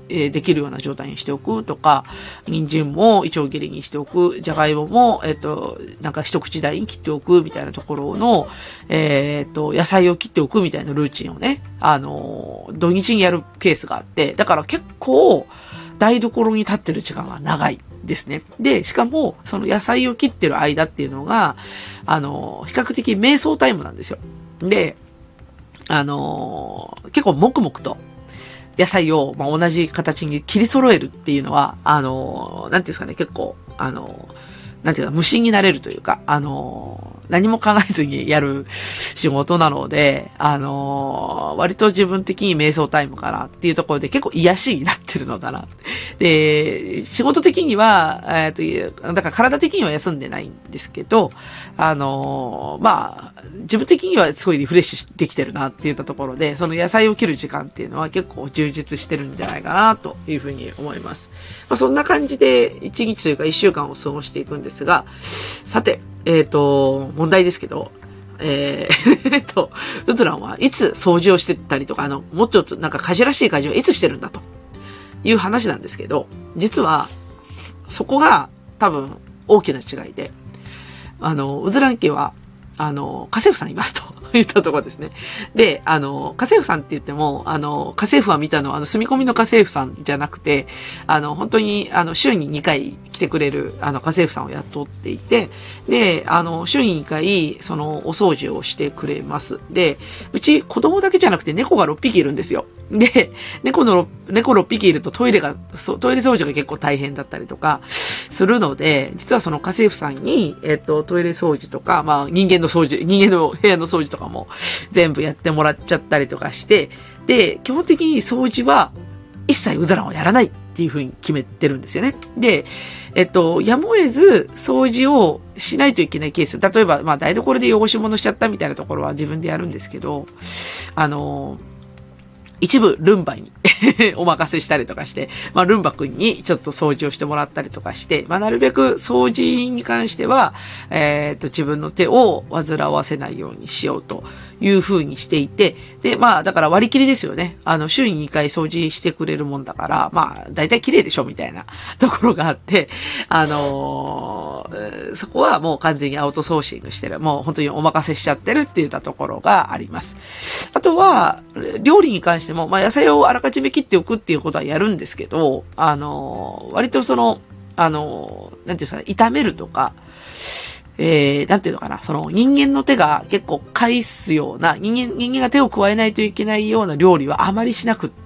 えー、できるような状態にしておくとか、人参も一応切りにしておく、じゃがいもも、えっと、なんか一口大に切っておくみたいなところの、えっと、野菜を切っておくみたいなルーチンをね、あの、土日にやるケースがあって、だから結構、台所に立ってる時間が長いですね。で、しかも、その野菜を切ってる間っていうのが、あの、比較的瞑想タイムなんですよ。で、あの、結構黙々と、野菜を、まあ、同じ形に切り揃えるっていうのは、あの、なんていうんですかね、結構、あの、なんていうか、無心になれるというか、あの、何も考えずにやる仕事なので、あの、割と自分的に瞑想タイムかなっていうところで結構癒しになってるのかな。で、仕事的には、えっと、だから体的には休んでないんですけど、あの、まあ、自分的にはすごいリフレッシュできてるなって言ったところで、その野菜を切る時間っていうのは結構充実してるんじゃないかなというふうに思います。まあ、そんな感じでいちにちというかいっしゅうかんを過ごしていくんですが、さて、えっと、問題ですけど、えー、えっと、うずらんはいつ掃除をしてたりとか、あの、もっとなんか家事らしい家事はいつしてるんだという話なんですけど、実は、そこが多分大きな違いで、あの、うずらん家は、あの、家政婦さんいますと言ったところですね。で、あの、家政婦さんって言っても、あの、家政婦は見たのは、あの、住み込みの家政婦さんじゃなくて、あの、本当に、あの、週ににかい来てくれる、あの、家政婦さんを雇っていて、で、あの、週ににかい、その、お掃除をしてくれます。で、うち子供だけじゃなくて猫がろっぴきいるんですよ。で、猫の、猫ろっぴきいるとトイレが、トイレ掃除が結構大変だったりとか、するので、実はその家政婦さんに、えっと、トイレ掃除とか、まあ、人間の掃除、人間の部屋の掃除とかも全部やってもらっちゃったりとかして、で、基本的に掃除は一切うずらんはやらないっていうふうに決めてるんですよね。で、えっと、やむを得ず掃除をしないといけないケース。例えば、まあ、台所で汚し物しちゃったみたいなところは自分でやるんですけど、あの、一部ルンバにお任せしたりとかして、まあルンバ君にちょっと掃除をしてもらったりとかして、まあなるべく掃除に関しては、えっと自分の手を煩わせないようにしようというふうにしていて、で、まあだから割り切りですよね。あの週ににかい掃除してくれるもんだから、まあ大体綺麗でしょみたいなところがあって、あのー、そこはもう完全にアウトソーシングしてる。もう本当にお任せしちゃってるって言ったところがあります。あとは、料理に関しても、まあ野菜をあらかじめ切っておくっていうことはやるんですけど、あの、割とその、あの、なんていうんですかね、炒めるとか、えー、なんていうのかな、その人間の手が結構介すような、人間、人間が手を加えないといけないような料理はあまりしなくって、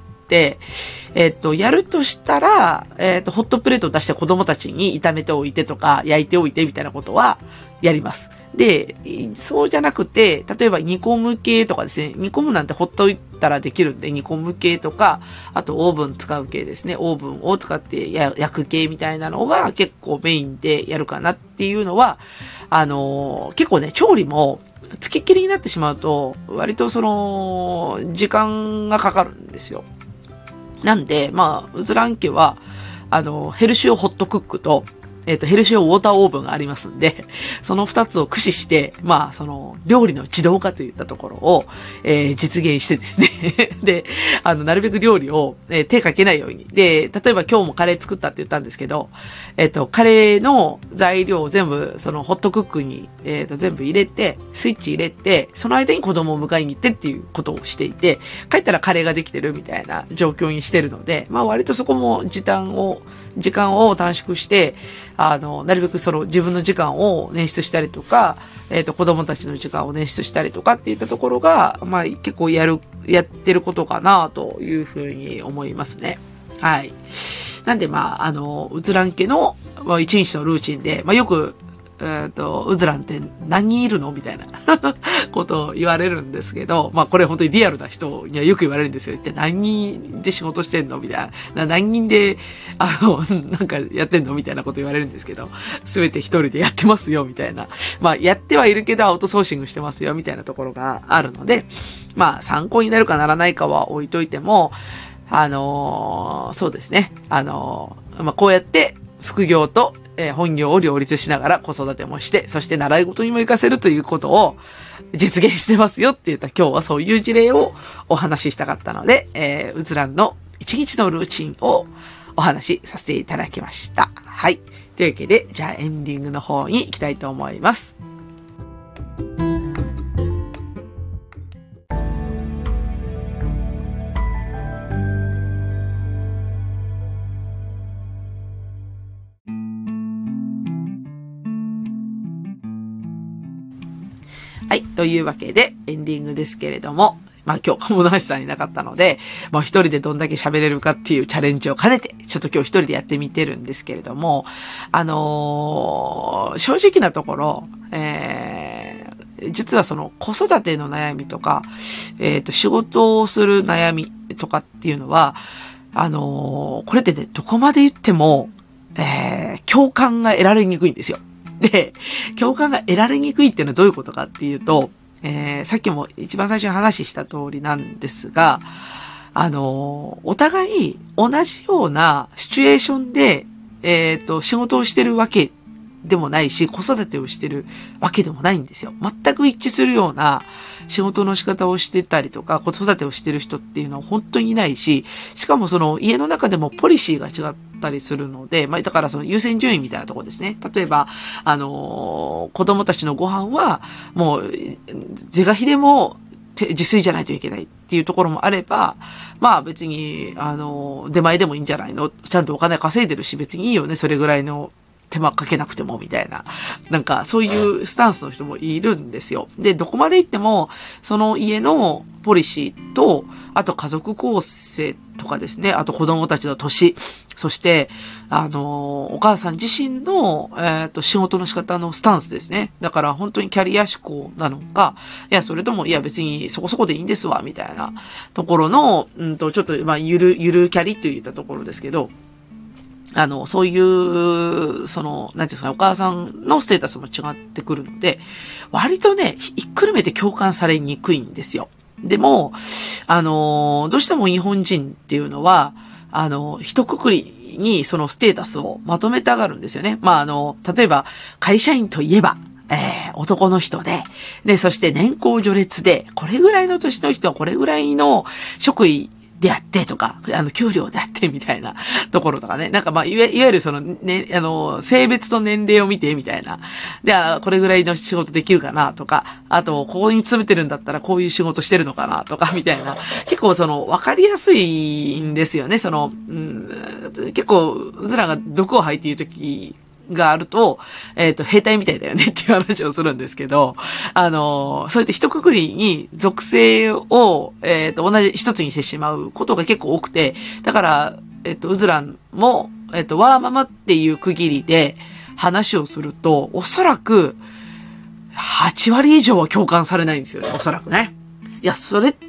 えっと、やるとしたら、えっと、ホットプレートを出して子供たちに炒めておいてとか、焼いておいてみたいなことはやります。で、そうじゃなくて、例えば煮込む系とかですね、煮込むなんてほっといたらできるんで、煮込む系とか、あとオーブン使う系ですね、オーブンを使って焼く系みたいなのが結構メインでやるかなっていうのは、あのー、結構ね、調理も、付きっきりになってしまうと、割とその、時間がかかるんですよ。なんで、まあ、うずらん家は、あの、ヘルシオホットクックと、えっと、ヘルシオウォーターオーブンがありますんで、その二つを駆使して、まあ、その、料理の自動化といったところを、えー、実現してですね。で、あの、なるべく料理を、えー、手かけないように。で、例えば今日もカレー作ったって言ったんですけど、えっと、カレーの材料を全部、その、ホットクックに、えっと、全部入れて、スイッチ入れて、その間に子供を迎えに行ってっていうことをしていて、帰ったらカレーができてるみたいな状況にしてるので、まあ、割とそこも時短を、時間を短縮して、あの、なるべくその自分の時間を捻出したりとか、えっと、子供たちの時間を捻出したりとかっていったところが、まあ、結構やる、やってることかなというふうに思いますね。はい。なんで、まあ、あの、うずらん家の、まあ、一日のルーチンで、まあ、よく、えっと、うずらんって何人いるのみたいなことを言われるんですけど、まあこれ本当にリアルな人にはよく言われるんですよ。一体何人で仕事してんのみたいな。何人で、あの、なんかやってんのみたいなこと言われるんですけど、すべて一人でやってますよ、みたいな。まあやってはいるけどアウトソーシングしてますよ、みたいなところがあるので、まあ参考になるかならないかは置いといても、あのー、そうですね。あのー、まあこうやって副業とえー、本業を両立しながら子育てもして、そして習い事にも活かせるということを実現してますよって言った今日はそういう事例をお話ししたかったので、えー、うずらんの一日のルーチンをお話しさせていただきました。はい。というわけで、じゃあエンディングの方に行きたいと思います。はい。というわけで、エンディングですけれども、まあ今日、鴨梨さんいなかったので、まあ一人でどんだけ喋れるかっていうチャレンジを兼ねて、ちょっと今日一人でやってみてるんですけれども、あのー、正直なところ、えー、実はその子育ての悩みとか、えっと、仕事をする悩みとかっていうのは、あのー、これってね、どこまで言っても、えー、共感が得られにくいんですよ。で、共感が得られにくいっていうのはどういうことかっていうと、えー、さっきも一番最初に話した通りなんですが、あのー、お互い同じようなシチュエーションで、えっと、仕事をしてるわけでもないし、子育てをしてるわけでもないんですよ。全く一致するような仕事の仕方をしてたりとか、子育てをしてる人っていうのは本当にいないし、しかもその家の中でもポリシーが違ったりするので、まあだからその優先順位みたいなところですね。例えば、あのー、子供たちのご飯はもう、是が非でも自炊じゃないといけないっていうところもあれば、まあ別に、あのー、出前でもいいんじゃないの？ちゃんとお金稼いでるし別にいいよね、それぐらいの手間かけなくてもみたいな。なんかそういうスタンスの人もいるんですよ。で、どこまで行っても、その家のポリシーと、あと家族構成とかですね、あと子供たちの年、そして、あの、お母さん自身の、えっと、仕事の仕方のスタンスですね。だから本当にキャリア志向なのか、いや、それとも、いや別にそこそこでいいんですわ、みたいなところの、うんと、ちょっと、まあ、ゆる、ゆるキャリといったところですけど、あの、そういう、その、なんていうんですかね、お母さんのステータスも違ってくるので、割とね、ひっくるめて共感されにくいんですよ。でも、あの、どうしても日本人っていうのは、あの、一括りにそのステータスをまとめたがるんですよね。まあ、あの、例えば、会社員といえば、えー、男の人で、で、そして年功序列で、これぐらいの年の人はこれぐらいの職位、であってとか、あの、給料であってみたいなところとかね。なんかまあ、いわいわゆるその、ね、あの、性別と年齢を見てみたいな。で、あ、これぐらいの仕事できるかなとか、あと、ここに勤めてるんだったらこういう仕事してるのかなとか、みたいな。結構その、わかりやすいんですよね。その、うん、結構、うずらが毒を吐いているとき、があると、えっと、兵隊みたいだよねっていう話をするんですけど、あの、そうやって一括りに属性を、えっと、同じ一つにしてしまうことが結構多くて、だから、えっと、うずらんも、えっと、ワーママっていう区切りで話をすると、おそらく、はち割以上は共感されないんですよね、おそらくね。いや、それって、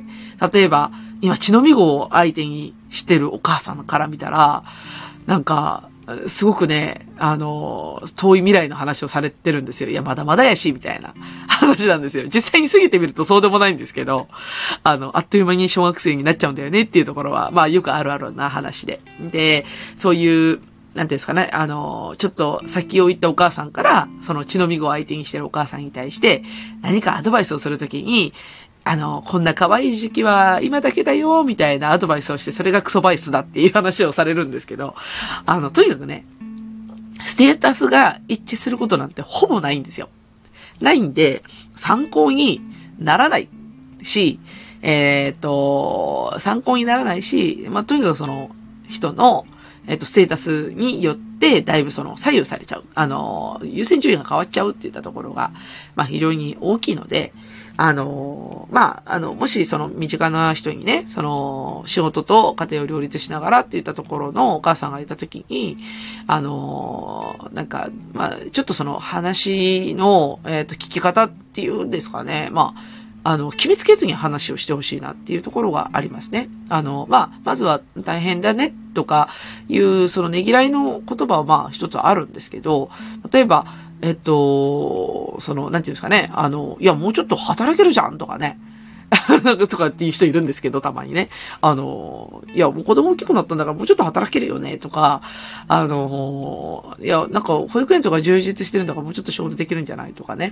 例えば、今、血のみ子を相手にしてるお母さんから見たら、なんか、すごくね、あの、遠い未来の話をされてるんですよ。いや、まだまだやし、みたいな話なんですよ。実際に過ぎてみるとそうでもないんですけど、あの、あっという間に小学生になっちゃうんだよねっていうところは、まあよくあるあるな話で。で、そういう、なんていうんですかね、あの、ちょっと先を行ったお母さんから、その血のみ子を相手にしてるお母さんに対して、何かアドバイスをするときに、あの、こんな可愛い時期は今だけだよ、みたいなアドバイスをして、それがクソバイスだっていう話をされるんですけど、あの、とにかくね、ステータスが一致することなんてほぼないんですよ。ないんで、参考にならないし、えっと、参考にならないし、まあ、とにかくその人の、えっと、ステータスによって、だいぶその左右されちゃう。あの、優先順位が変わっちゃうっていったところが、まあ、非常に大きいので、あの、まあ、あの、もしその身近な人にね、その仕事と家庭を両立しながらっていったところのお母さんがいたときに、あの、なんか、まあ、ちょっとその話の、えっと、聞き方っていうんですかね、まあ、あの、決めつけずに話をしてほしいなっていうところがありますね。あの、まあ、まずは大変だねとかいう、そのねぎらいの言葉はまあ一つあるんですけど、例えば、えっと、その、なんていうんですかね。あの、いや、もうちょっと働けるじゃんとかね。とかっていう人いるんですけど、たまにね。あの、いや、もう子供大きくなったんだからもうちょっと働けるよね、とか、あの、いや、なんか保育園とか充実してるんだからもうちょっと仕事できるんじゃないとかね。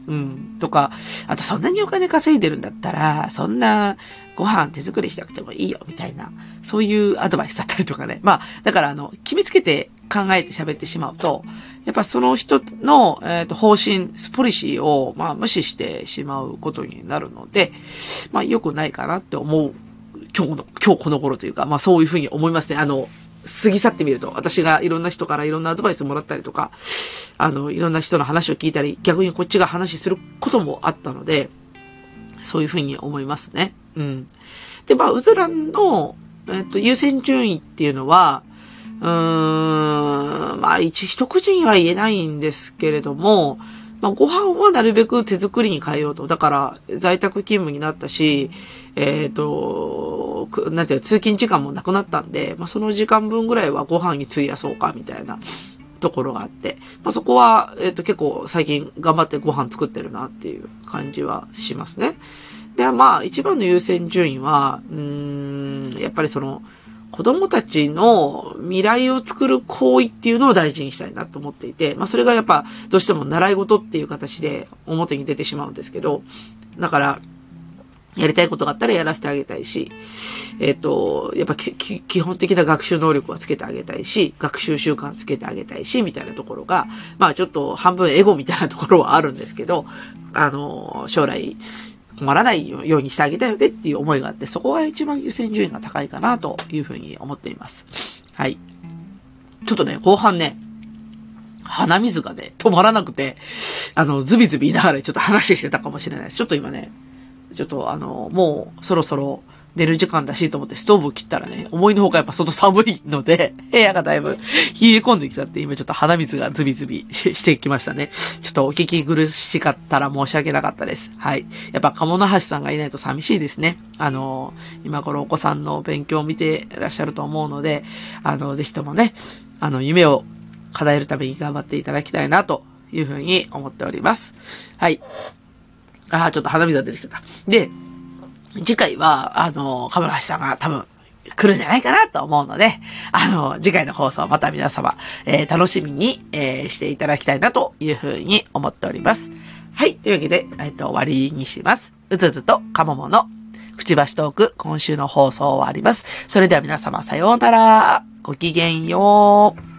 うん。とか、あとそんなにお金稼いでるんだったら、そんなご飯手作りしなくてもいいよ、みたいな、そういうアドバイスだったりとかね。まあ、だからあの、決めつけて考えて喋ってしまうと、やっぱその人の、えっと、方針、ポリシーを、まあ、無視してしまうことになるので、まあ、良くないかなって思う、今日の、今日この頃というか、まあ、そういうふうに思いますね。あの、過ぎ去ってみると、私がいろんな人からいろんなアドバイスもらったりとか、あの、いろんな人の話を聞いたり、逆にこっちが話することもあったので、そういうふうに思いますね。うん。で、まあ、うずらんの、えっと、優先順位っていうのは、うーん、まあ、一、一口には言えないんですけれども、まあ、ご飯はなるべく手作りに変えようと。だから、在宅勤務になったし、えっと、なんていうか、通勤時間もなくなったんで、まあ、その時間分ぐらいはご飯に費やそうか、みたいなところがあって、まあ、そこは、えっと、結構最近頑張ってご飯作ってるなっていう感じはしますね。で、まあ、一番の優先順位は、うーん、やっぱりその、子供たちの未来を作る行為っていうのを大事にしたいなと思っていて、まあそれがやっぱどうしても習い事っていう形で表に出てしまうんですけど、だから、やりたいことがあったらやらせてあげたいし、えっと、やっぱき基本的な学習能力はつけてあげたいし、学習習慣つけてあげたいし、みたいなところが、まあちょっと半分エゴみたいなところはあるんですけど、あの、将来、困らないようにしてあげたいよねっていう思いがあって、そこが一番優先順位が高いかなというふうに思っています。はい。ちょっとね、後半ね、鼻水がね、止まらなくて、あの、ズビズビ言いながらちょっと話してたかもしれないです。ちょっと今ね、ちょっとあの、もうそろそろ寝る時間だしと思ってストーブを切ったらね、思いのほかやっぱ外寒いので、部屋がだいぶ冷え込んできちゃって、今ちょっと鼻水がズビズビしてきましたね。ちょっとお聞き苦しかったら申し訳なかったです。はい。やっぱ鴨の橋さんがいないと寂しいですね。あの、今頃お子さんの勉強を見ていらっしゃると思うので、あの、ぜひともね、あの、夢を叶えるために頑張っていただきたいなというふうに思っております。はい。ああ、ちょっと鼻水が出てきた。で、次回は、あの、鴨の橋さんが多分来るんじゃないかなと思うので、あの、次回の放送また皆様、えー、楽しみに、えー、していただきたいなというふうに思っております。はい。というわけで、えっと、終わりにします。うずうずとかもものくちばしトーク、今週の放送はあります。それでは皆様さようなら。ごきげんよう。